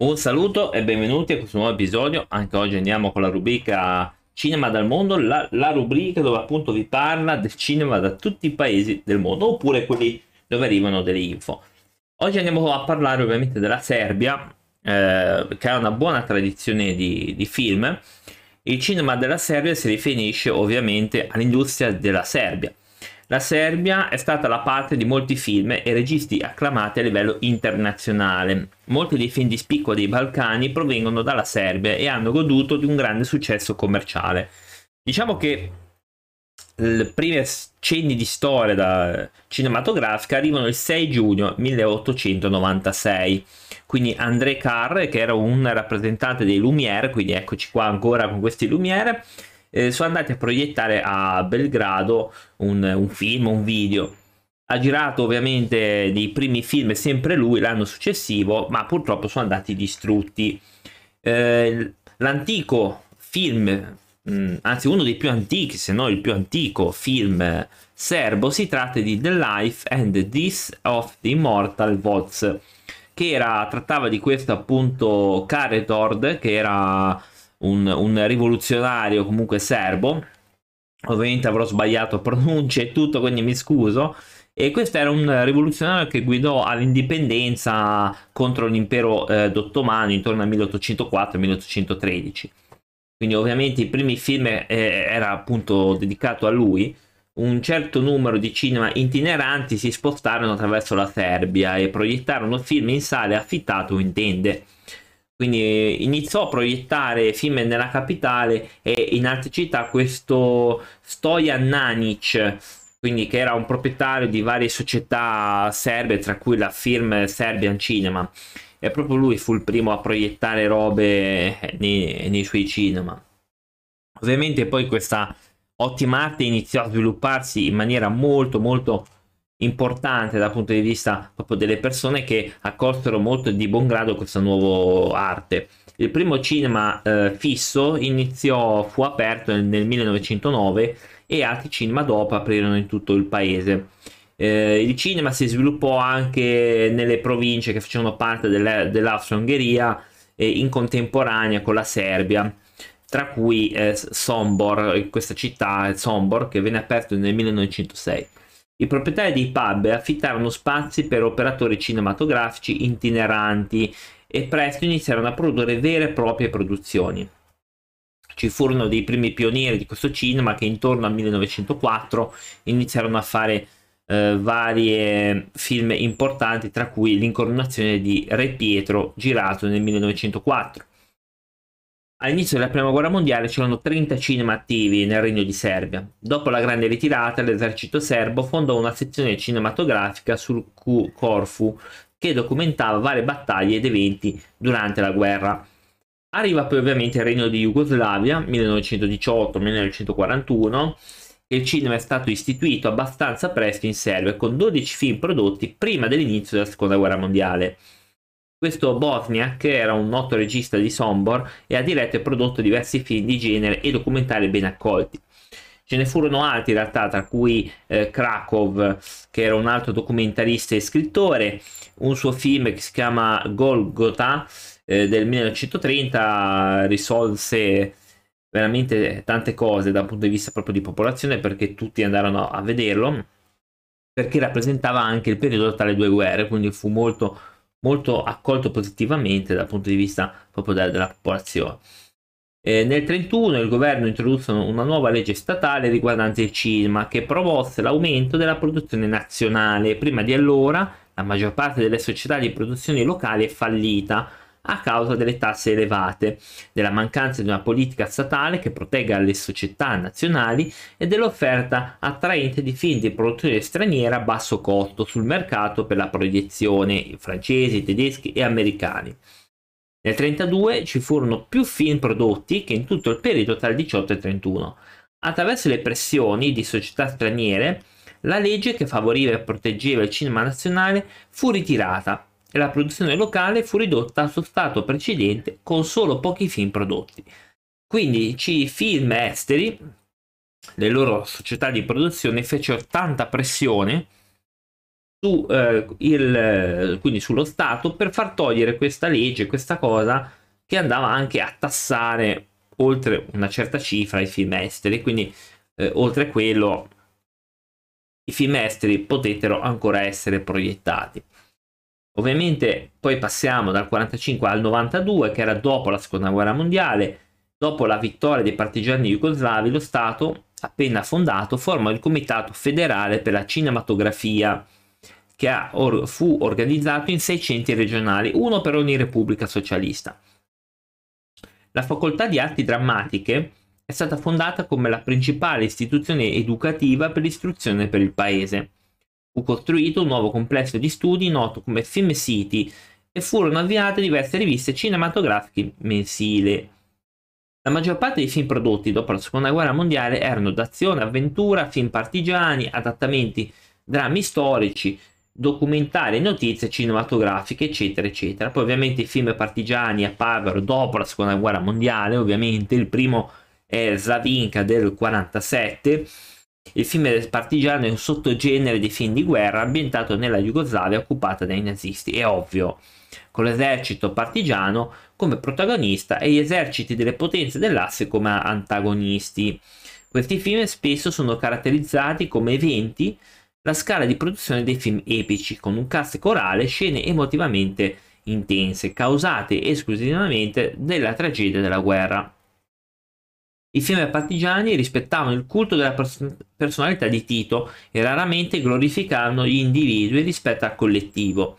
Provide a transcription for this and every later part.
Un saluto e benvenuti a questo nuovo episodio. Anche oggi andiamo con la rubrica Cinema dal mondo, la rubrica dove appunto vi parla del cinema da tutti i paesi del mondo, oppure quelli dove arrivano delle info. Oggi andiamo a parlare ovviamente della Serbia, che ha una buona tradizione di film. Il cinema della Serbia si riferisce ovviamente all'industria della Serbia. La Serbia è stata la parte di molti film e registi acclamati a livello internazionale. Molti dei film di spicco dei Balcani provengono dalla Serbia e hanno goduto di un grande successo commerciale. Diciamo che le prime cenni di storia cinematografica arrivano il 6 giugno 1896. Quindi André Carre, che era un rappresentante dei Lumière, quindi eccoci qua ancora con questi Lumière, sono andati a proiettare a Belgrado un film, un video. Ha girato ovviamente dei primi film sempre lui l'anno successivo, ma purtroppo sono andati distrutti. L'antico film, anzi uno dei più antichi, se non il più antico film serbo, si tratta di The Life and the Death of the Immortal Voz, che trattava di questo appunto Karađorđe, che era un rivoluzionario comunque serbo. Ovviamente avrò sbagliato pronunce e tutto, quindi mi scuso. E questo era un rivoluzionario che guidò all'indipendenza contro l'impero ottomano intorno al 1804-1813. Quindi ovviamente i primi film era appunto dedicato a lui. Un certo numero di cinema itineranti si spostarono attraverso la Serbia e proiettarono film in sale affittate o in tende. Quindi iniziò a proiettare film nella capitale e in altre città questo Stojan Nanic, quindi che era un proprietario di varie società serbe, tra cui la firma Serbian Cinema. E proprio lui fu il primo a proiettare robe nei suoi cinema. Ovviamente poi questa ottima arte iniziò a svilupparsi in maniera molto molto importante dal punto di vista proprio delle persone che accolsero molto di buon grado questa nuova arte. Il primo cinema fisso fu aperto nel 1909 e altri cinema dopo aprirono in tutto il paese. Il cinema si sviluppò anche nelle province che facevano parte dell'Austria-Ungheria in contemporanea con la Serbia, tra cui Sombor, questa città, Sombor, che venne aperto nel 1906. I proprietari dei pub affittarono spazi per operatori cinematografici itineranti e presto iniziarono a produrre vere e proprie produzioni. Ci furono dei primi pionieri di questo cinema che intorno al 1904 iniziarono a fare vari film importanti, tra cui l'incoronazione di Re Pietro, girato nel 1904. All'inizio della prima guerra mondiale c'erano 30 cinema attivi nel Regno di Serbia. Dopo la grande ritirata, l'esercito serbo fondò una sezione cinematografica sul Corfu che documentava varie battaglie ed eventi durante la guerra. Arriva poi ovviamente il Regno di Jugoslavia, 1918-1941, e il cinema è stato istituito abbastanza presto in Serbia, con 12 film prodotti prima dell'inizio della seconda guerra mondiale. Questo Bosniak era un noto regista di Sombor e ha diretto e prodotto diversi film di genere e documentari ben accolti. Ce ne furono altri in realtà, tra cui Krakow, che era un altro documentarista e scrittore. Un suo film che si chiama Golgotha del 1930 risolse veramente tante cose dal punto di vista proprio di popolazione, perché tutti andarono a vederlo, perché rappresentava anche il periodo tra le due guerre, quindi fu molto molto accolto positivamente dal punto di vista proprio della popolazione. Nel 1931 il governo introdusse una nuova legge statale riguardante il cinema che promosse l'aumento della produzione nazionale. Prima di allora la maggior parte delle società di produzione locali è fallita a causa delle tasse elevate, della mancanza di una politica statale che protegga le società nazionali e dell'offerta attraente di film di produzione straniera a basso costo sul mercato per la proiezione, francesi, tedeschi e americani. Nel 1932 ci furono più film prodotti che in tutto il periodo tra il 18 e il 31. Attraverso le pressioni di società straniere, la legge che favoriva e proteggeva il cinema nazionale fu ritirata e la produzione locale fu ridotta al suo stato precedente con solo pochi film prodotti. Quindi i film esteri, le loro società di produzione, fecero tanta pressione quindi sullo Stato, per far togliere questa legge, questa cosa che andava anche a tassare oltre una certa cifra i film esteri, quindi oltre quello i film esteri potettero ancora essere proiettati. Ovviamente poi passiamo dal 45 al 92, che era dopo la seconda guerra mondiale. Dopo la vittoria dei partigiani jugoslavi, lo Stato, appena fondato, forma il Comitato Federale per la Cinematografia, che fu organizzato in 6 centri regionali, uno per ogni repubblica socialista. La Facoltà di Arti Drammatiche è stata fondata come la principale istituzione educativa per l'istruzione per il paese. Fu costruito un nuovo complesso di studi noto come Film City e furono avviate diverse riviste cinematografiche mensili. La maggior parte dei film prodotti dopo la seconda guerra mondiale erano d'azione, avventura, film partigiani, adattamenti, drammi storici, documentari, notizie cinematografiche, eccetera, eccetera. Poi ovviamente i film partigiani apparvero dopo la seconda guerra mondiale, ovviamente il primo è Slavinka del 47. Il film partigiano è un sottogenere dei film di guerra ambientato nella Jugoslavia occupata dai nazisti. È ovvio, con l'esercito partigiano come protagonista e gli eserciti delle potenze dell'asse come antagonisti. Questi film spesso sono caratterizzati come eventi la scala di produzione dei film epici, con un cast corale, scene emotivamente intense, causate esclusivamente dalla tragedia della guerra. I film partigiani rispettavano il culto della personalità di Tito e raramente glorificavano gli individui rispetto al collettivo.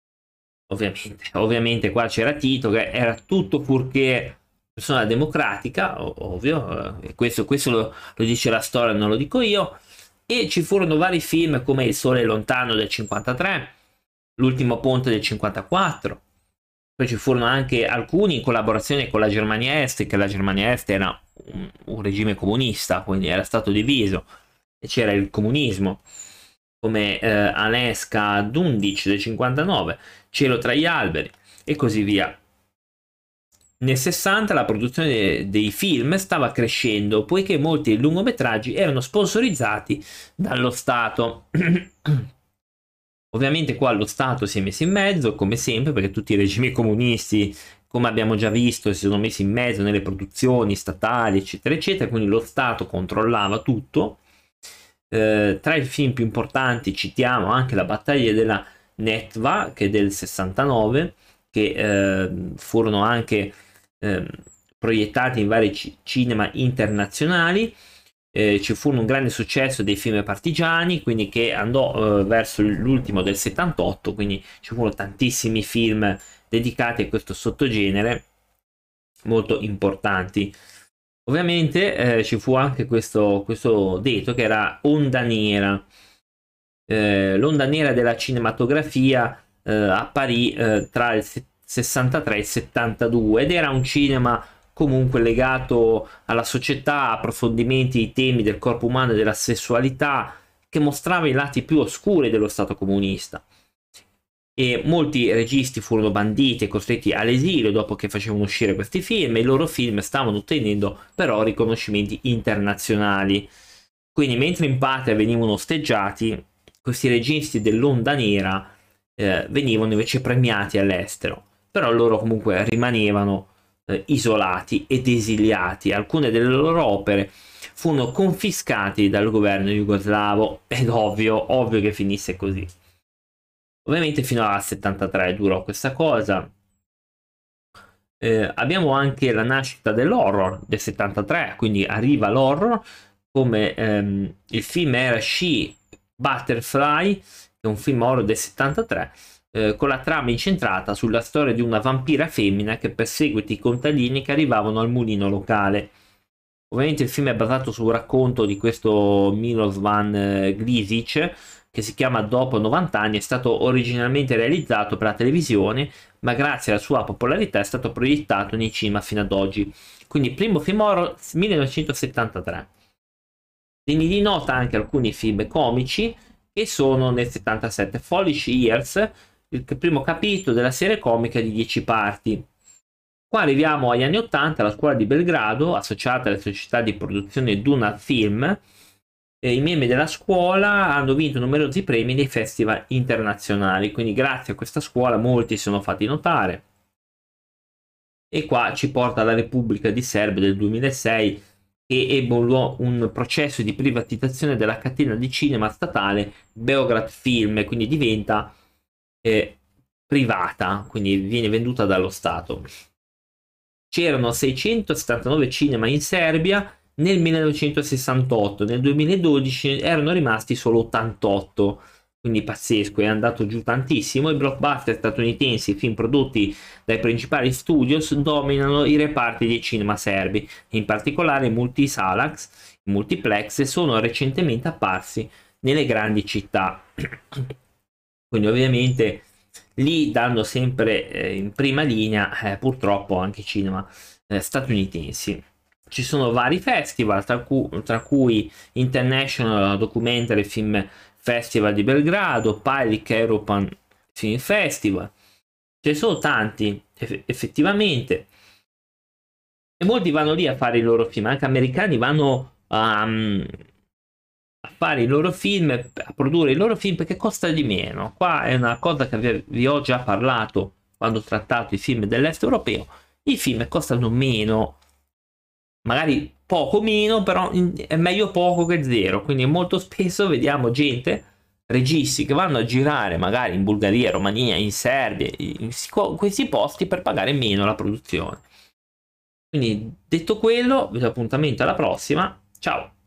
Ovviamente qua c'era Tito che era tutto purché persona democratica, ovvio, questo lo dice la storia, non lo dico io. E ci furono vari film come Il Sole lontano del 53, L'ultimo ponte del 54. Poi ci furono anche alcuni in collaborazione con la Germania Est, che la Germania Est era un regime comunista, quindi era stato diviso e c'era il comunismo, come Aneska Dundic del 59, Cielo tra gli alberi e così via. Nel 60 la produzione dei film stava crescendo, poiché molti lungometraggi erano sponsorizzati dallo Stato. Ovviamente qua lo Stato si è messo in mezzo, come sempre, perché tutti i regimi comunisti, come abbiamo già visto, si sono messi in mezzo nelle produzioni statali, eccetera, eccetera, quindi lo Stato controllava tutto. Tra i film più importanti citiamo anche La battaglia della Netva, che è del 69, che furono anche proiettati in vari cinema internazionali. Ci fu un grande successo dei film partigiani, quindi che andò verso l'ultimo del 78, quindi ci furono tantissimi film dedicati a questo sottogenere molto importanti. Ovviamente ci fu anche questo detto che era Onda Nera. L'onda nera della cinematografia apparì tra il 63 e il 72 ed era un cinema comunque legato alla società, approfondimenti di temi del corpo umano e della sessualità, che mostrava i lati più oscuri dello Stato comunista. E molti registi furono banditi e costretti all'esilio dopo che facevano uscire questi film, e i loro film stavano ottenendo però riconoscimenti internazionali. Quindi mentre in patria venivano osteggiati, questi registi dell'onda nera venivano invece premiati all'estero, però loro comunque rimanevano isolati ed esiliati. Alcune delle loro opere furono confiscate dal governo jugoslavo ed ovvio che finisse così. Ovviamente fino al 73 durò questa cosa. Abbiamo anche la nascita dell'horror del 73, quindi arriva l'horror, come il film era She Butterfly, che è un film horror del 73, con la trama incentrata sulla storia di una vampira femmina che perseguita i contadini che arrivavano al mulino locale. Ovviamente il film è basato sul racconto di questo Milovan Glisic, che si chiama Dopo 90 anni, è stato originalmente realizzato per la televisione, ma grazie alla sua popolarità è stato proiettato nei cinema fino ad oggi. Quindi primo film horror 1973. Degni di nota anche alcuni film comici che sono nel 77. Foolish Years, il primo capitolo della serie comica di 10 parti. Qua arriviamo agli anni 80, la scuola di Belgrado, associata alle società di produzione Duna Film, I membri della scuola hanno vinto numerosi premi nei festival internazionali, quindi grazie a questa scuola molti si sono fatti notare. E qua ci porta alla Repubblica di Serbia del 2006, che ebbe un processo di privatizzazione della catena di cinema statale Beograd Film, quindi diventa privata, quindi viene venduta dallo Stato. C'erano 679 cinema in Serbia nel 1968, nel 2012 erano rimasti solo 88, quindi pazzesco, è andato giù tantissimo. I blockbuster statunitensi, i film prodotti dai principali studios, dominano i reparti dei cinema serbi, in particolare i multisalax, i multiplex, sono recentemente apparsi nelle grandi città. Quindi ovviamente lì danno sempre in prima linea purtroppo anche cinema statunitensi. Ci sono vari festival, tra cui International Documentary Film Festival di Belgrado, Palic European Film Festival. Ce ne sono tanti effettivamente, e molti vanno lì a fare i loro film, anche americani vanno a fare i loro film, a produrre i loro film perché costa di meno. Qua è una cosa che vi ho già parlato quando ho trattato i film dell'est europeo. I film costano meno, magari poco meno, però è meglio poco che zero. Quindi molto spesso vediamo gente, registi che vanno a girare magari in Bulgaria, Romania, in Serbia, in questi posti per pagare meno la produzione. Quindi detto quello, vi do appuntamento alla prossima. Ciao!